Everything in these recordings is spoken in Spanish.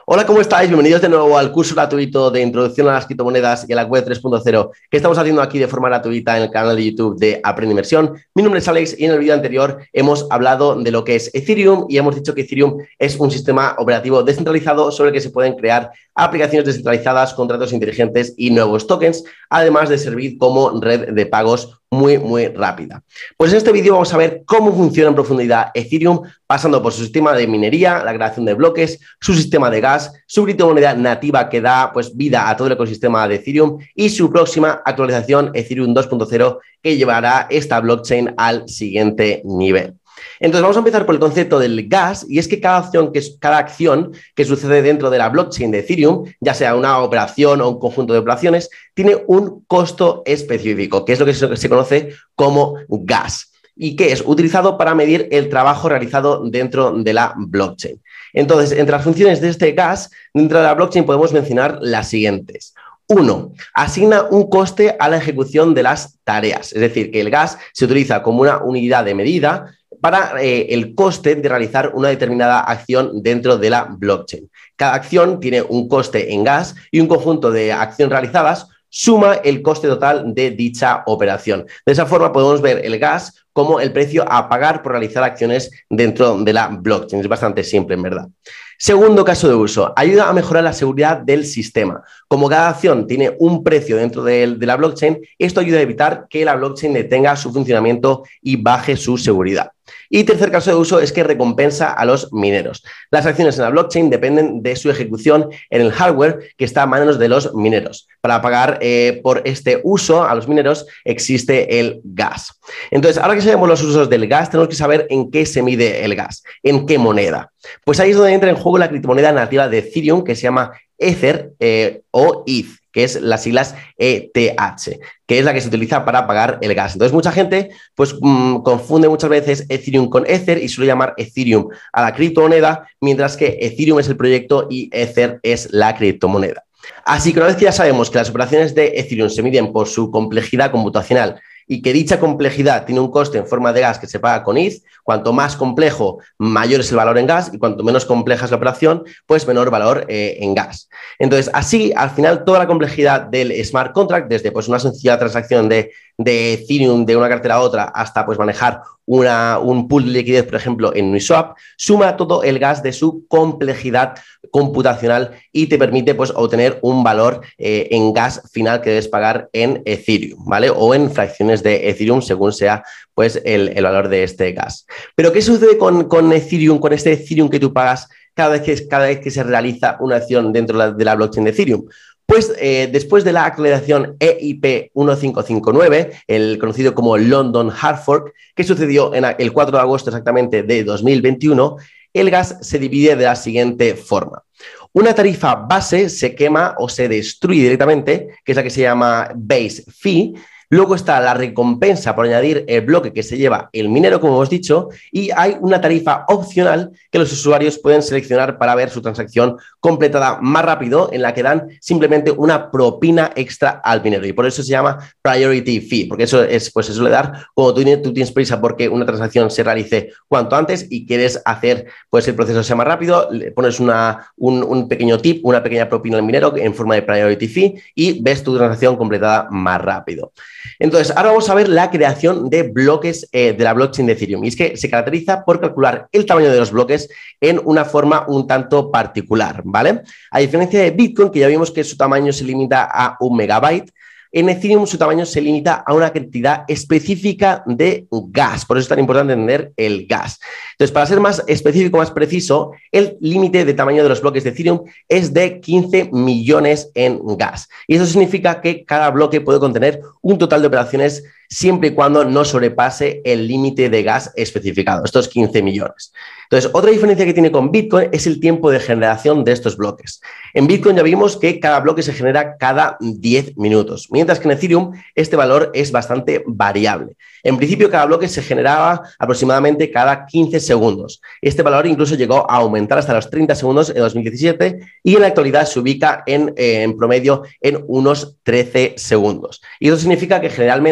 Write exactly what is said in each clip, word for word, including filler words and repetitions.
Hola, ¿cómo estáis? Bienvenidos de nuevo al curso gratuito de Introducción a las Criptomonedas y a la Web tres punto cero que estamos haciendo aquí de forma gratuita en el canal de YouTube de Aprende Inversión. Mi nombre es Alex y en el vídeo anterior hemos hablado de lo que es Ethereum y hemos dicho que Ethereum es un sistema operativo descentralizado sobre el que se pueden crear aplicaciones descentralizadas, contratos inteligentes y nuevos tokens, además de servir como red de pagos muy, muy rápida. Pues en este vídeo vamos a ver cómo funciona en profundidad Ethereum, pasando por su sistema de minería, la creación de bloques, su sistema de gas, su criptomoneda nativa que da pues, vida a todo el ecosistema de Ethereum y su próxima actualización Ethereum dos punto cero que llevará esta blockchain al siguiente nivel. Entonces vamos a empezar por el concepto del gas, y es que cada acción que, cada acción que sucede dentro de la blockchain de Ethereum, ya sea una operación o un conjunto de operaciones, tiene un costo específico, que es lo que se, se conoce como gas, y que es utilizado para medir el trabajo realizado dentro de la blockchain. Entonces, entre las funciones de este gas, dentro de la blockchain podemos mencionar las siguientes. Uno, asigna un coste a la ejecución de las tareas, es decir, que el gas se utiliza como una unidad de medida para eh, el coste de realizar una determinada acción dentro de la blockchain. Cada acción tiene un coste en gas y un conjunto de acciones realizadas suma el coste total de dicha operación. De esa forma podemos ver el gas como el precio a pagar por realizar acciones dentro de la blockchain. Es bastante simple, en verdad. Segundo caso de uso, ayuda a mejorar la seguridad del sistema. Como cada acción tiene un precio dentro de, de la blockchain, esto ayuda a evitar que la blockchain detenga su funcionamiento y baje su seguridad. Y tercer caso de uso es que recompensa a los mineros. Las acciones en la blockchain dependen de su ejecución en el hardware que está a manos de los mineros. Para pagar eh, por este uso a los mineros existe el gas. Entonces, ahora que sabemos los usos del gas, tenemos que saber en qué se mide el gas, en qué moneda. Pues ahí es donde entra en juego la criptomoneda nativa de Ethereum que se llama Ether eh, o E T H, que es las siglas E T H, que es la que se utiliza para pagar el gas. Entonces, mucha gente pues, mmm, confunde muchas veces Ethereum con Ether y suele llamar Ethereum a la criptomoneda, mientras que Ethereum es el proyecto y Ether es la criptomoneda. Así que una vez que ya sabemos que las operaciones de Ethereum se miden por su complejidad computacional y que dicha complejidad tiene un coste en forma de gas que se paga con E T H, cuanto más complejo, mayor es el valor en gas, y cuanto menos compleja es la operación, pues menor valor eh, en gas. Entonces, así, al final, toda la complejidad del smart contract, desde pues, una sencilla transacción de, de Ethereum de una cartera a otra hasta pues, manejar una, un pool de liquidez, por ejemplo, en Uniswap, suma todo el gas de su complejidad computacional y te permite pues, obtener un valor eh, en gas final que debes pagar en Ethereum, ¿vale? O en fracciones de Ethereum, según sea pues, el, el valor de este gas. Pero, ¿qué sucede con, con Ethereum, con este Ethereum que tú pagas cada vez que, cada vez que se realiza una acción dentro de la, de la blockchain de Ethereum? Pues eh, después de la actualización E I P mil quinientos cincuenta y nueve, el conocido como London Hard Fork, que sucedió en el cuatro de agosto exactamente de dos mil veintiuno, el gas se divide de la siguiente forma. Una tarifa base se quema o se destruye directamente, que es la que se llama base fee. Luego está la recompensa por añadir el bloque que se lleva el minero, como hemos dicho, y hay una tarifa opcional que los usuarios pueden seleccionar para ver su transacción completada más rápido, en la que dan simplemente una propina extra al minero, y por eso se llama priority fee, porque eso es, pues se suele dar cuando tú, tú tienes prisa porque una transacción se realice cuanto antes y quieres hacer pues el proceso sea más rápido, le pones una, un, un pequeño tip, una pequeña propina al minero en forma de priority fee y ves tu transacción completada más rápido. Entonces, ahora vamos a ver la creación de bloques eh, de la blockchain de Ethereum. Y es que se caracteriza por calcular el tamaño de los bloques en una forma un tanto particular, ¿vale? A diferencia de Bitcoin, que ya vimos que su tamaño se limita a un megabyte, en Ethereum su tamaño se limita a una cantidad específica de gas. Por eso es tan importante entender el gas. Entonces, para ser más específico, más preciso, el límite de tamaño de los bloques de Ethereum es de quince millones en gas. Y eso significa que cada bloque puede contener un total de operaciones siempre y cuando no sobrepase el límite de gas especificado, estos quince millones. Entonces, otra diferencia que tiene con Bitcoin es el tiempo de generación de estos bloques. En Bitcoin ya vimos que cada bloque se genera cada diez minutos, mientras que en Ethereum este valor es bastante variable. En principio, cada bloque se generaba aproximadamente cada quince segundos. Este valor incluso llegó a aumentar hasta los treinta segundos en dos mil diecisiete y en la actualidad se ubica en, eh, en promedio en unos trece segundos. Y eso significa que generalmente es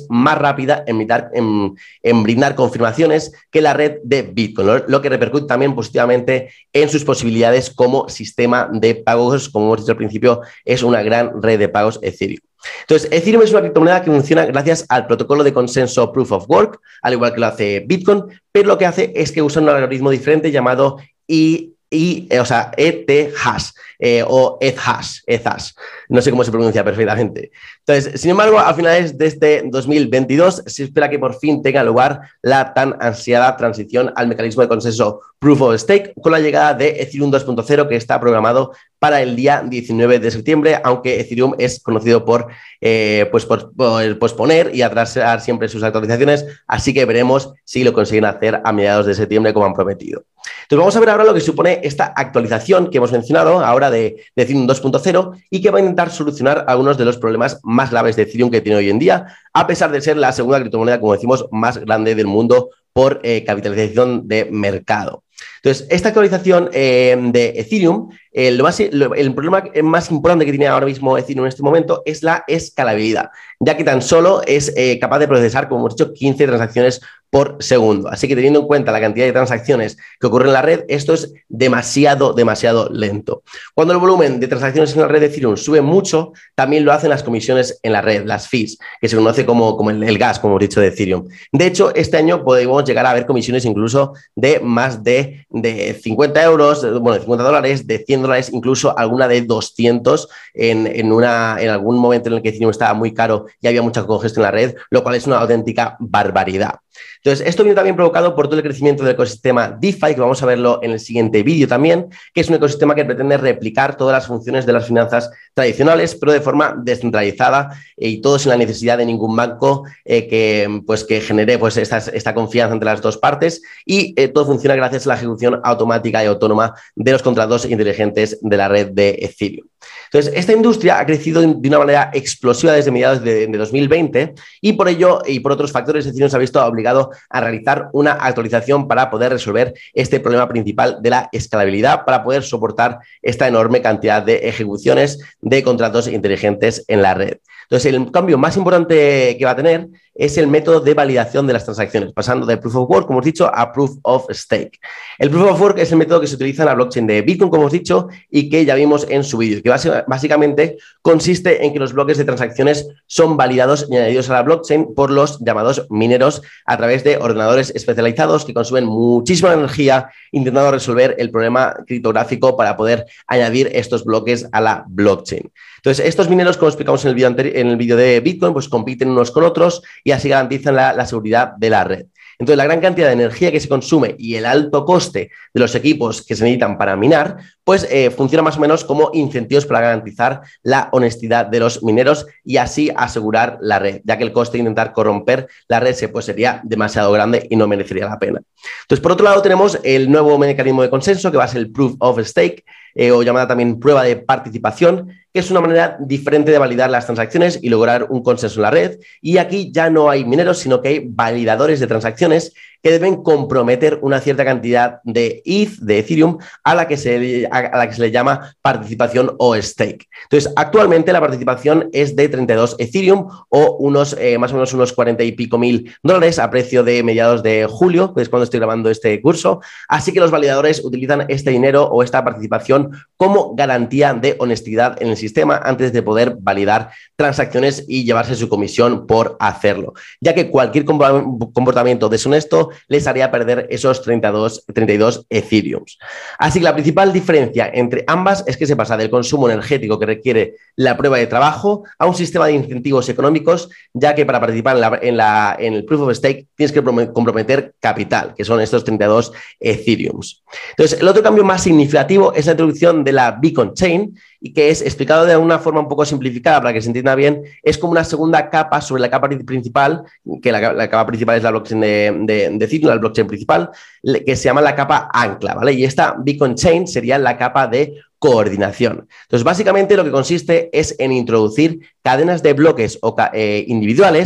más rápida en, en, en brindar confirmaciones que la red de Bitcoin, lo, lo que repercute también positivamente en sus posibilidades como sistema de pagos. Como hemos dicho al principio, es una gran red de pagos Ethereum. Entonces, Ethereum es una criptomoneda que funciona gracias al protocolo de consenso Proof of Work, al igual que lo hace Bitcoin, pero lo que hace es que usa un algoritmo diferente llamado I, I, o sea, ETHASH eh, o ETHASH, ETHASH, no sé cómo se pronuncia perfectamente. Entonces, sin embargo, a finales de este dos mil veintidós se espera que por fin tenga lugar la tan ansiada transición al mecanismo de consenso Proof of Stake con la llegada de Ethereum dos punto cero, que está programado para el día diecinueve de septiembre, aunque Ethereum es conocido por, eh, pues por, por posponer y atrasar siempre sus actualizaciones, así que veremos si lo consiguen hacer a mediados de septiembre como han prometido. Entonces vamos a ver ahora lo que supone esta actualización que hemos mencionado ahora de, de Ethereum dos punto cero y que va a intentar solucionar algunos de los problemas más graves de Ethereum que tiene hoy en día, a pesar de ser la segunda criptomoneda, como decimos, más grande del mundo por eh, capitalización de mercado. Entonces, esta actualización eh, de Ethereum, eh, lo más, lo, el problema más importante que tiene ahora mismo Ethereum en este momento es la escalabilidad, ya que tan solo es eh, capaz de procesar, como hemos dicho, quince transacciones por segundo. Así que teniendo en cuenta la cantidad de transacciones que ocurren en la red, esto es demasiado, demasiado lento. Cuando el volumen de transacciones en la red de Ethereum sube mucho, también lo hacen las comisiones en la red, las fees, que se conoce como, como el, el gas, como hemos dicho, de Ethereum. De hecho, este año podemos llegar a ver comisiones incluso de más de, de cincuenta euros, bueno, de cincuenta dólares, de cien dólares, incluso alguna de doscientos en, en, una, en algún momento en el que Ethereum estaba muy caro y había mucha congestión en la red, lo cual es una auténtica barbaridad. Entonces, esto viene también provocado por todo el crecimiento del ecosistema DeFi, que vamos a verlo en el siguiente vídeo también, que es un ecosistema que pretende replicar todas las funciones de las finanzas tradicionales, pero de forma descentralizada y todo sin la necesidad de ningún banco eh, que, pues, que genere pues, esta, esta confianza entre las dos partes, y eh, todo funciona gracias a la ejecución automática y autónoma de los contratos inteligentes de la red de Ethereum. Entonces, esta industria ha crecido de una manera explosiva desde mediados de, de dos mil veinte y por ello y por otros factores, Ethereum se ha visto obligado a realizar una actualización para poder resolver este problema principal de la escalabilidad, para poder soportar esta enorme cantidad de ejecuciones de contratos inteligentes en la red. Entonces, el cambio más importante que va a tener es el método de validación de las transacciones, pasando de Proof of Work, como hemos dicho, a Proof of Stake. El Proof of Work es el método que se utiliza en la blockchain de Bitcoin, como hemos dicho, y que ya vimos en su vídeo, que básicamente consiste en que los bloques de transacciones son validados y añadidos a la blockchain por los llamados mineros a través de ordenadores especializados que consumen muchísima energía intentando resolver el problema criptográfico para poder añadir estos bloques a la blockchain. Entonces, estos mineros, como explicamos en el vídeo anterior, en el vídeo de Bitcoin, pues compiten unos con otros y así garantizan la, la seguridad de la red. Entonces, la gran cantidad de energía que se consume y el alto coste de los equipos que se necesitan para minar, pues eh, funciona más o menos como incentivos para garantizar la honestidad de los mineros y así asegurar la red, ya que el coste de intentar corromper la red se, pues, sería demasiado grande y no merecería la pena. Entonces, por otro lado, tenemos el nuevo mecanismo de consenso, que va a ser el Proof of Stake, eh, o llamada también prueba de participación, que es una manera diferente de validar las transacciones y lograr un consenso en la red. Y aquí ya no hay mineros, sino que hay validadores de transacciones que deben comprometer una cierta cantidad de E T H, de Ethereum, a la que se, a la que se le llama participación o stake. Entonces, actualmente la participación es de treinta y dos Ethereum o unos, eh, más o menos unos cuarenta y pico mil dólares a precio de mediados de julio, que es cuando estoy grabando este curso. Así que los validadores utilizan este dinero o esta participación como garantía de honestidad en el sistema antes de poder validar transacciones y llevarse su comisión por hacerlo, ya que cualquier comportamiento deshonesto les haría perder esos treinta y dos Ethereums. Así que la principal diferencia entre ambas es que se pasa del consumo energético que requiere la prueba de trabajo a un sistema de incentivos económicos, ya que para participar en, la, en, la, en el Proof of Stake tienes que comprometer capital, que son estos treinta y dos Ethereums. Entonces, el otro cambio más significativo es la introducción de la Beacon Chain, y que es explicado de una forma un poco simplificada para que se entienda bien, es como una segunda capa sobre la capa principal, que la, la capa principal es la blockchain de, de, de Ethereum, la blockchain principal, que se llama la capa ancla, ¿vale? Y esta Beacon Chain sería la capa de coordinación. Entonces, básicamente lo que consiste es en introducir cadenas de bloques o eh, individuales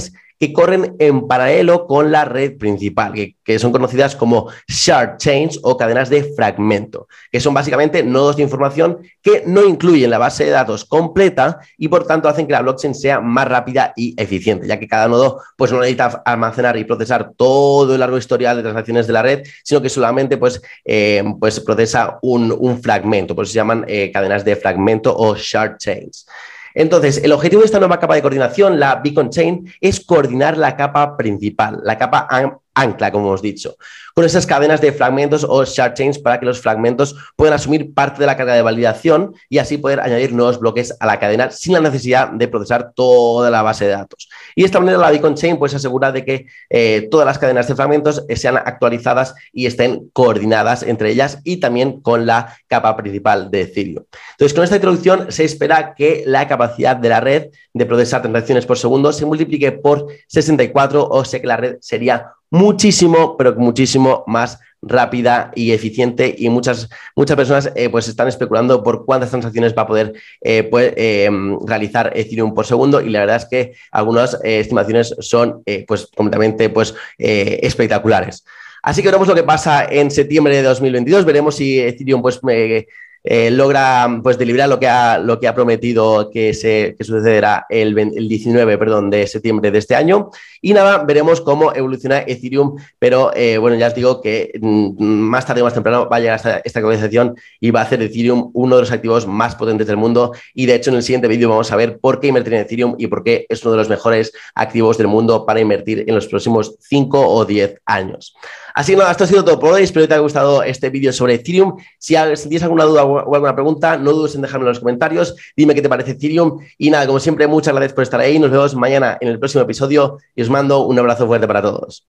que corren en paralelo con la red principal, que, que son conocidas como shard chains o cadenas de fragmento, que son básicamente nodos de información que no incluyen la base de datos completa y por tanto hacen que la blockchain sea más rápida y eficiente, ya que cada nodo pues, no necesita almacenar y procesar todo el largo historial de transacciones de la red, sino que solamente pues, eh, pues procesa un, un fragmento, por eso se llaman eh, cadenas de fragmento o shard chains. Entonces, el objetivo de esta nueva capa de coordinación, la Beacon Chain, es coordinar la capa principal, la capa ancla, como hemos dicho, con esas cadenas de fragmentos o shard chains para que los fragmentos puedan asumir parte de la carga de validación y así poder añadir nuevos bloques a la cadena sin la necesidad de procesar toda la base de datos. Y de esta manera la Beacon Chain pues asegura de que eh, todas las cadenas de fragmentos eh, sean actualizadas y estén coordinadas entre ellas y también con la capa principal de Ethereum. Entonces, con esta introducción se espera que la capacidad de la red de procesar transacciones por segundo se multiplique por sesenta y cuatro, o sea que la red sería muchísimo, pero muchísimo más rápida y eficiente y muchas, muchas personas eh, pues están especulando por cuántas transacciones va a poder eh, pues, eh, realizar Ethereum por segundo y la verdad es que algunas eh, estimaciones son eh, pues completamente pues, eh, espectaculares. Así que veremos lo que pasa en septiembre de dos mil veintidós, veremos si Ethereum pues eh, Eh, logra pues deliberar lo que ha, lo que ha prometido que, se, que sucederá el, el diecinueve perdón, de septiembre de este año. Y nada, veremos cómo evoluciona Ethereum, pero eh, bueno, ya os digo que mm, más tarde o más temprano va a llegar esta, esta actualización y va a hacer Ethereum uno de los activos más potentes del mundo. Y de hecho en el siguiente vídeo vamos a ver por qué invertir en Ethereum y por qué es uno de los mejores activos del mundo para invertir en los próximos cinco o diez años. Así que nada, esto ha sido todo por hoy. Espero que te haya gustado este vídeo sobre Ethereum. Si tienes alguna duda o alguna pregunta, no dudes en dejarme en los comentarios. Dime qué te parece Ethereum. Y nada, como siempre, muchas gracias por estar ahí. Nos vemos mañana en el próximo episodio y os mando un abrazo fuerte para todos.